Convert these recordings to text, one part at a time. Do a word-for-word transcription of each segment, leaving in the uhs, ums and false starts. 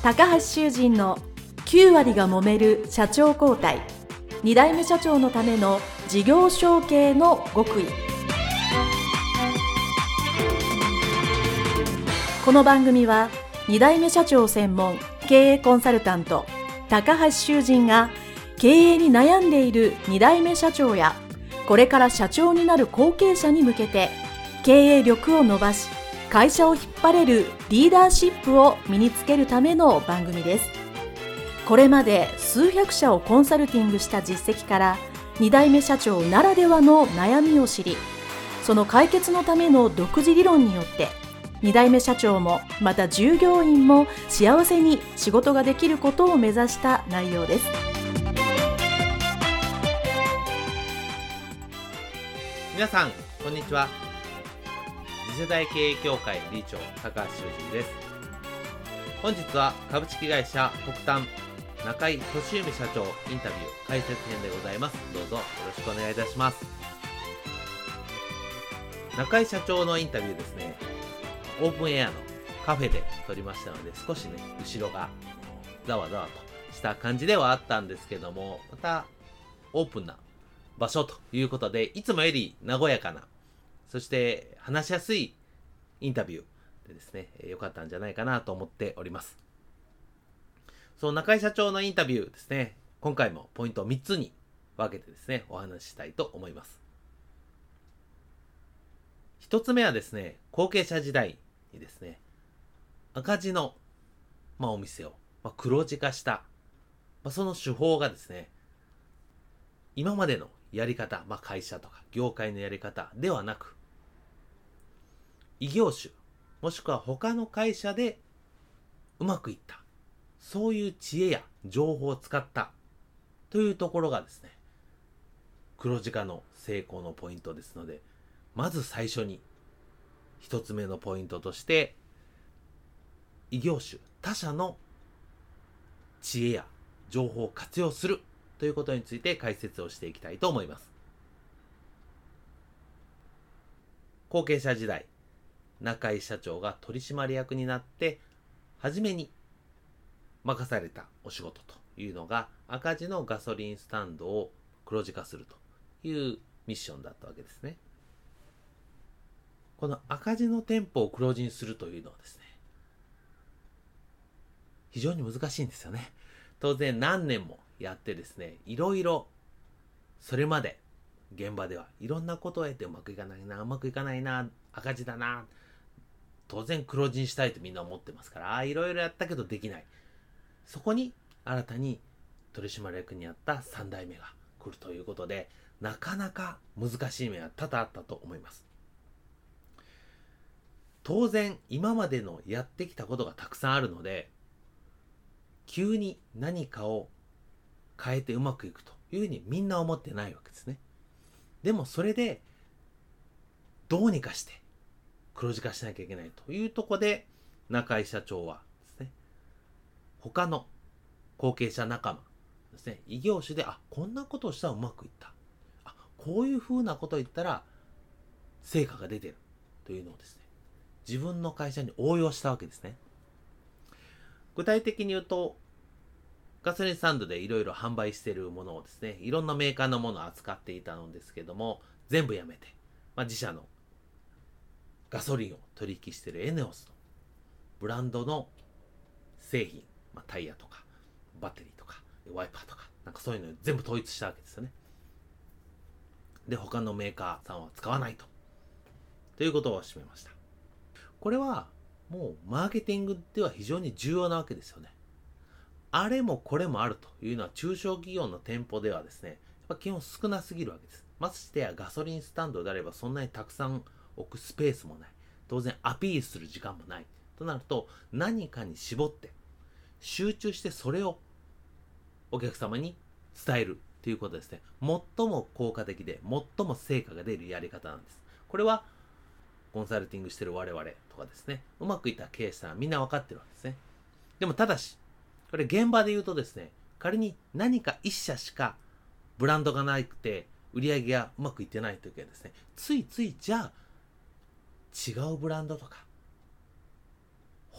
高橋修人のきゅう割が揉める社長交代、に代目社長のための事業承継の極意。この番組はに代目社長専門経営コンサルタント高橋修人が経営に悩んでいるに代目社長やこれから社長になる後継者に向けて経営力を伸ばし会社を引っ張れるリーダーシップを身につけるための番組です。これまで数百社をコンサルティングした実績からに代目社長ならではの悩みを知り、その解決のための独自理論によってに代目社長もまた従業員も幸せに仕事ができることを目指した内容です。 皆さんこんにちは。次世代経営協会理事長高橋修人です。本日は株式会社北端中井俊文社長インタビュー解説編でございます。どうぞよろしくお願いいたします。中井社長のインタビューですね、オープンエアのカフェで撮りましたので、少しね後ろがざわざわとした感じではあったんですけども、またオープンな場所ということで、いつもより和やかな、そして話しやすいインタビューでですね、良かったんじゃないかなと思っております。その中井社長のインタビューですね、今回もポイントをみっつに分けてですね、お話ししたいと思います。ひとつめはですね、後継者時代にですね、赤字の、まあ、お店を、まあ、黒字化した、まあ、その手法がですね、今までのやり方、まあ、会社とか業界のやり方ではなく、異業種もしくは他の会社でうまくいった、そういう知恵や情報を使ったというところがですね、黒字化の成功のポイントですので、まず最初に一つ目のポイントとして、異業種他社の知恵や情報を活用するということについて解説をしていきたいと思います。後継者時代、中井社長が取締役になって初めに任されたお仕事というのが、赤字のガソリンスタンドを黒字化するというミッションだったわけですね。この赤字の店舗を黒字にするというのはですね、非常に難しいんですよね。当然何年もやってですね、いろいろそれまで現場ではいろんなことをやってうまくいかないな、うまくいかないな、赤字だな、当然黒字にしたいとみんな思ってますから、いろいろやったけどできない。そこに新たに取締役にあったさん代目が来るということで、なかなか難しい面は多々あったと思います。当然今までのやってきたことがたくさんあるので、急に何かを変えてうまくいくというふうにみんな思ってないわけですね。でもそれでどうにかして黒字化しなきゃいけないというところで、中井社長はですね、他の後継者仲間ですね、異業種で、あ、こんなことをしたらうまくいった、あ、こういうふうなことを言ったら成果が出てるというのをですね、自分の会社に応用したわけですね。具体的に言うと、ガソリンスタンドでいろいろ販売しているものをですね、いろんなメーカーのものを扱っていたのですけども、全部やめて、まあ、自社のガソリンを取引しているエネオスのブランドの製品、まあ、タイヤとかバッテリーとかワイパーとか、なんかそういうのを全部統一したわけですよね。で、他のメーカーさんは使わないとということを決めました。これはもうマーケティングでは非常に重要なわけですよね。あれもこれもあるというのは、中小企業の店舗ではですね、やっぱ基本少なすぎるわけです。ましてやガソリンスタンドであればそんなにたくさん置くスペースもない、当然アピールする時間もないとなると、何かに絞って集中してそれをお客様に伝えるということですね。最も効果的で最も成果が出るやり方なんです。これはコンサルティングしてる我々とかですね、うまくいった経営者さんはみんな分かってるわけですね。でもただし、これ現場で言うとですね、仮に何か一社しかブランドがなくて売り上げがうまくいってないときはですね、ついついじゃあ違うブランドとか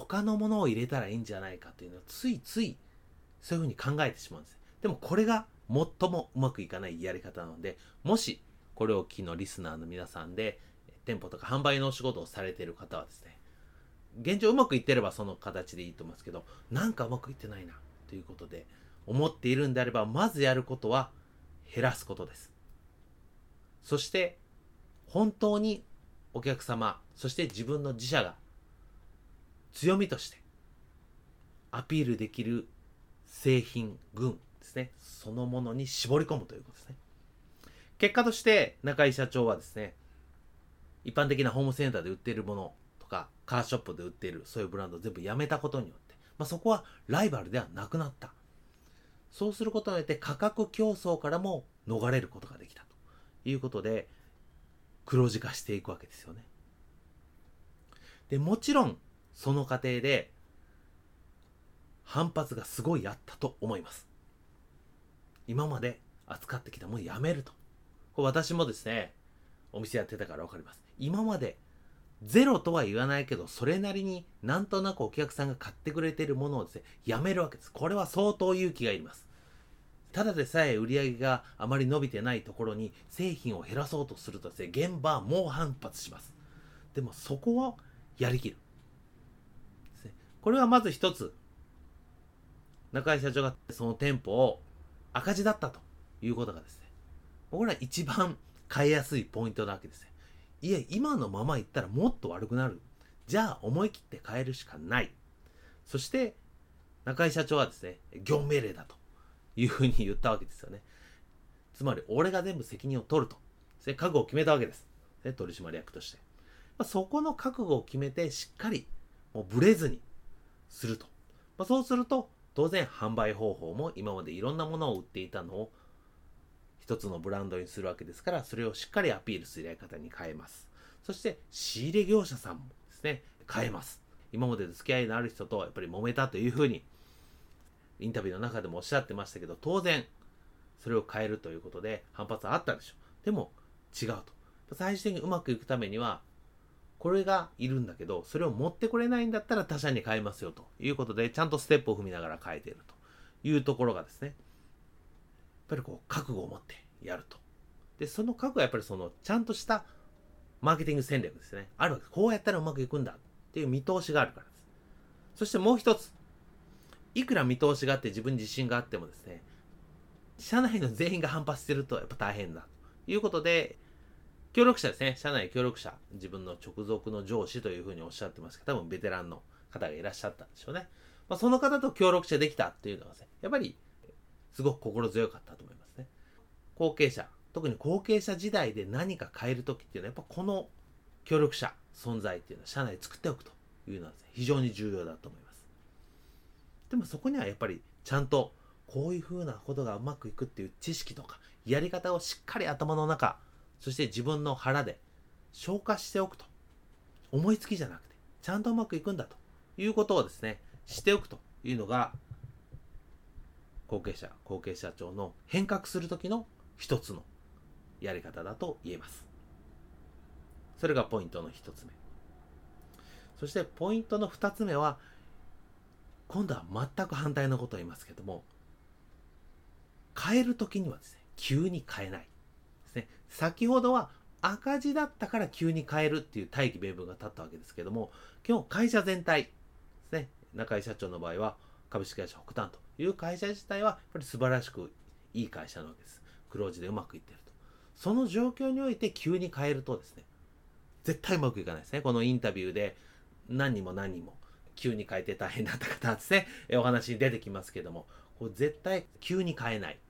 他のものを入れたらいいんじゃないかというのをついついそういうふうに考えてしまうんです。でもこれが最もうまくいかないやり方なので、もしこれを機のリスナーの皆さんで店舗とか販売のお仕事をされている方はですね、現状うまくいってればその形でいいと思いますけど、なんかうまくいってないなということで思っているんであれば、まずやることは減らすことです。そして本当にお客様、そして自分の自社が強みとしてアピールできる製品群ですね、そのものに絞り込むということですね。結果として中井社長はですね、一般的なホームセンターで売っているものとかカーショップで売っているそういうブランドを全部やめたことによって、まあ、そこはライバルではなくなった。そうすることによって価格競争からも逃れることができたということで、黒字化していくわけですよね。でもちろんその過程で反発がすごいあったと思います。今まで扱ってきたものやめると。これ私もですね、お店やってたから分かります。今までゼロとは言わないけど、それなりになんとなくお客さんが買ってくれているものをですね、やめるわけです。これは相当勇気がいります。ただでさえ売り上げがあまり伸びてないところに製品を減らそうとするとですね、現場は猛反発します。でもそこをやりきる。これはまず一つ、中井社長がその店舗を赤字だったということがですね、僕ら一番変えやすいポイントなわけですね。いえ、今のままいったらもっと悪くなる。じゃあ思い切って変えるしかない。そして中井社長はですね、業務命令だというふうに言ったわけですよね。つまり俺が全部責任を取ると、覚悟を決めたわけです。取締役として。まあ、そこの覚悟を決めてしっかりもうブレずにすると。まあ、そうすると当然販売方法も今までいろんなものを売っていたのを一つのブランドにするわけですから、それをしっかりアピールするやり方に変えます。そして仕入れ業者さんもですね、変えます。今まで付き合いのある人とやっぱり揉めたというふうにインタビューの中でもおっしゃってましたけど、当然それを変えるということで反発はあったでしょう。でも違うと。最終的にうまくいくためにはこれがいるんだけど、それを持ってこれないんだったら他社に変えますよということで、ちゃんとステップを踏みながら変えているというところがですね、やっぱりこう覚悟を持ってやると。でその覚悟はやっぱりそのちゃんとしたマーケティング戦略ですね、あるわけです。こうやったらうまくいくんだっていう見通しがあるからです。そしてもう一つ、いくら見通しがあって自分に自信があってもですね、社内の全員が反発してるとやっぱ大変だということで、協力者ですね、社内協力者、自分の直属の上司というふうにおっしゃってますけど、多分ベテランの方がいらっしゃったんでしょうね。まあ、その方と協力者できたっていうのはですね、やっぱりすごく心強かったと思いますね。後継者、特に後継者時代で何か変えるときっていうのは、やっぱこの協力者存在っていうのは社内で作っておくというのは、ね、非常に重要だと思います。でもそこにはやっぱりちゃんとこういうふうなことがうまくいくっていう知識とかやり方をしっかり頭の中、そして自分の腹で消化しておくと。思いつきじゃなくてちゃんとうまくいくんだということをですね、しておくというのが後継者、後継社長の変革する時の一つのやり方だと言えます。それがポイントの一つ目。そしてポイントの二つ目は、今度は全く反対のことを言いますけども、変える時にはですね、急に変えないですね。先ほどは赤字だったから急に変えるっていう大義名分が立ったわけですけども、今日会社全体ですね、中井社長の場合は株式会社北端という会社自体はやっぱり素晴らしくいい会社なわけです。黒字でうまくいっていると。その状況において急に変えるとですね、絶対うまくいかないですね。このインタビューで何人も何人も急に変えて大変だった方ですね、お話に出てきますけども、これ絶対急に変えない。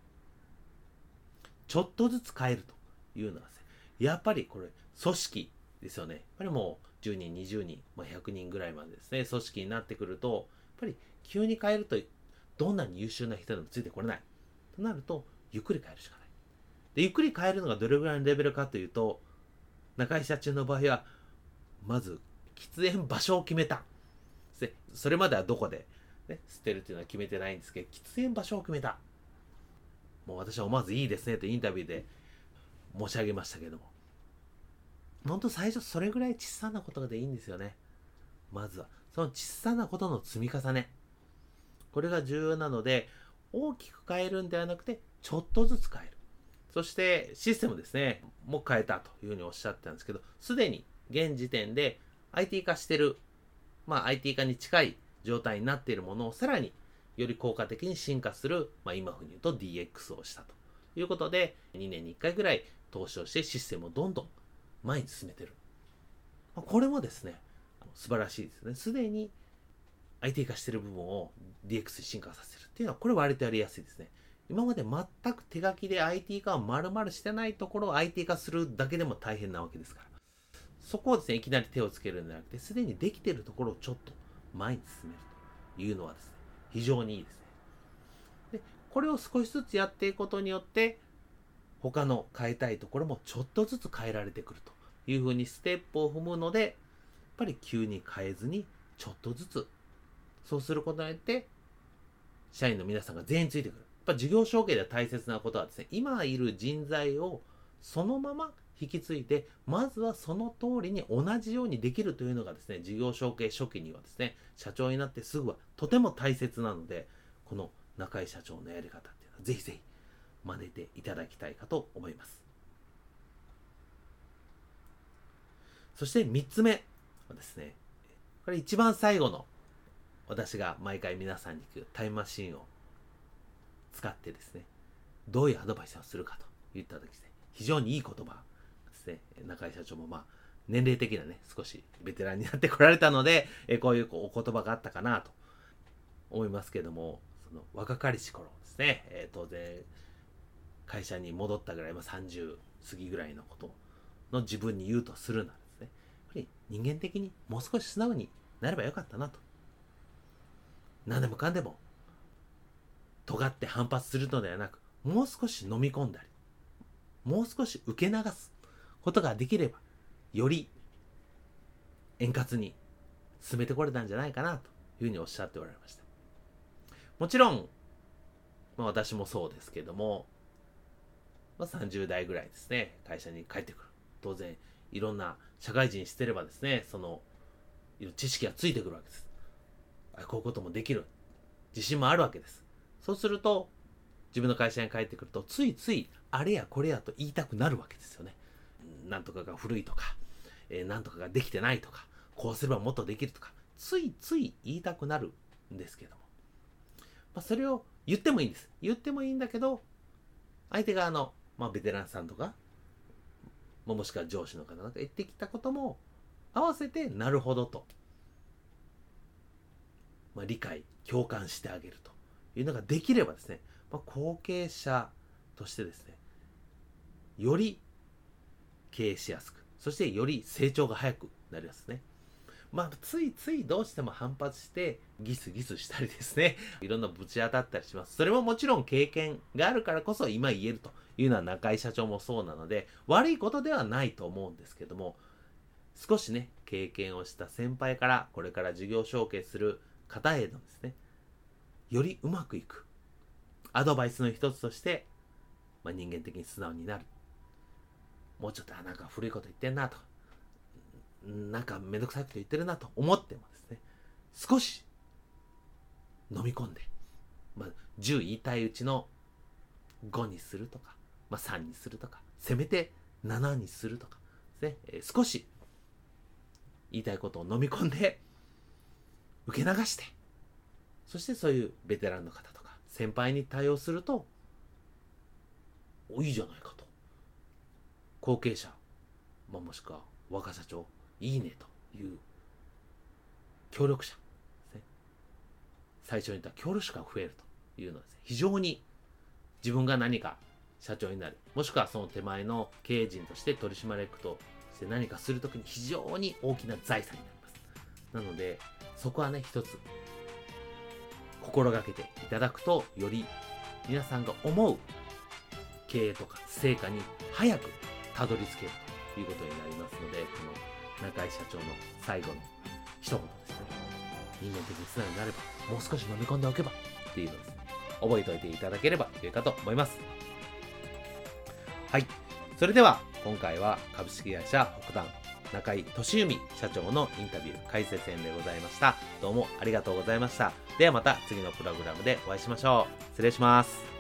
ちょっとずつ変えるというのはですね、やっぱりこれ組織ですよね。やっぱりもうじゅうにん、にじゅうにん、まあ、ひゃくにんぐらいまでですね、組織になってくると、やっぱり急に変えるとどんなに優秀な人でもついてこれない。となると、ゆっくり変えるしかない。で、ゆっくり変えるのがどれぐらいのレベルかというと、中井社長の場合は、まず、喫煙場所を決めた。それまではどこで、ね、捨てるっていうのは決めてないんですけど、喫煙場所を決めた。もう私は思わずいいですねとインタビューで申し上げましたけども、本当最初それぐらい小さなことでいいんですよね。まずはその小さなことの積み重ね、これが重要なので、大きく変えるんではなくてちょっとずつ変える。そしてシステムですねも変えたというふうにおっしゃってたんですけど、すでに現時点で アイティー 化してる、まあ アイティー 化に近い状態になっているものをさらにより効果的に進化する、まあ、今風に言うと ディーエックス をしたということで、にねんにいっかいぐらい投資をしてシステムをどんどん前に進めてる。これもですね素晴らしいですね。すでに アイティー 化している部分を ディーエックス に進化させるっていうのは、これ割とやりやすいですね。今まで全く手書きで アイティー 化を丸々してないところを アイティー 化するだけでも大変なわけですから、そこをですねいきなり手をつけるんじゃなくて、すでにできているところをちょっと前に進めるというのはですね非常にいいですね。でこれを少しずつやっていくことによって、他の変えたいところもちょっとずつ変えられてくるというふうにステップを踏むので、やっぱり急に変えずにちょっとずつ、そうすることによって社員の皆さんが全員ついてくる。やっぱ事業承継で大切なことはですね、今いる人材をそのまま引き継いで、まずはその通りに同じようにできるというのがですね、事業承継初期にはですね、社長になってすぐはとても大切なので、この中井社長のやり方っていうのはぜひぜひ真似ていただきたいかと思います。そしてみっつめはですね、これ一番最後の私が毎回皆さんに聞くタイムマシーンを使ってですね、どういうアドバイスをするかといった時ですね、非常にいい言葉ですね。中井社長もまあ年齢的なね少しベテランになってこられたので、こういうお言葉があったかなと思いますけども、その若かりし頃ですね、えー、当然会社に戻ったぐらい、まあ、さんじゅう過ぎぐらいのことの自分に言うとするならですね、やっぱり人間的にもう少し素直になればよかったなと。何でもかんでも尖って反発するのではなく、もう少し飲み込んだり、もう少し受け流すことができれば、より円滑に進めてこれたんじゃないかなというふうにおっしゃっておられました。もちろん、まあ、私もそうですけども、まあ、さんじゅう代ぐらいですね、会社に帰ってくる。当然、いろんな社会人してればですね、その知識がついてくるわけです。あ、こういうこともできる。自信もあるわけです。そうすると、自分の会社に帰ってくると、ついついあれやこれやと言いたくなるわけですよね。なんとかが古いとか、えー、なんとかができてないとか、こうすればもっとできるとか、ついつい言いたくなるんですけども、まあ、それを言ってもいいんです。言ってもいいんだけど、相手側の、まあ、ベテランさんとか、もしくは上司の方が言ってきたことも合わせてなるほどと、まあ、理解共感してあげるというのができればですね、まあ、後継者としてですね、より経営しやすく、そしてより成長が早くなりますね。まあ、ついついどうしても反発してギスギスしたりですね、いろんなぶち当たったりします。それももちろん経験があるからこそ今言えるというのは中井社長もそうなので、悪いことではないと思うんですけども、少しね経験をした先輩からこれから事業承継する方へのですね、よりうまくいくアドバイスの一つとして、まあ、人間的に素直になる。もうちょっとなんか古いこと言ってんなとか、なんかめんどくさいこと言ってるなと思ってもですね、少し飲み込んで、まあ、じゅう言いたいうちのごにするとか、まあ、さんにするとか、せめてななにするとかですね、えー、少し言いたいことを飲み込んで受け流して、そしてそういうベテランの方とか先輩に対応すると、お、いいじゃないかと、後継者、まあ、もしくは若社長いいねという協力者ですね、最初に言った協力者が増えるというのはですね、非常に自分が何か社長になる、もしくはその手前の経営陣として取締役として何かするときに非常に大きな財産になります。なのでそこはね一つ心がけていただくと、より皆さんが思う経営とか成果に早くたどり着けるということになりますので、この中井社長の最後の一言ですね、人間的に素直になればもう少し飲み込んでおけばっていうのをですね、覚えておいていただければ良いかと思います。はい、それでは今回は株式会社北端中井俊文社長のインタビュー解説編でございました。どうもありがとうございました。ではまた次のプログラムでお会いしましょう。失礼します。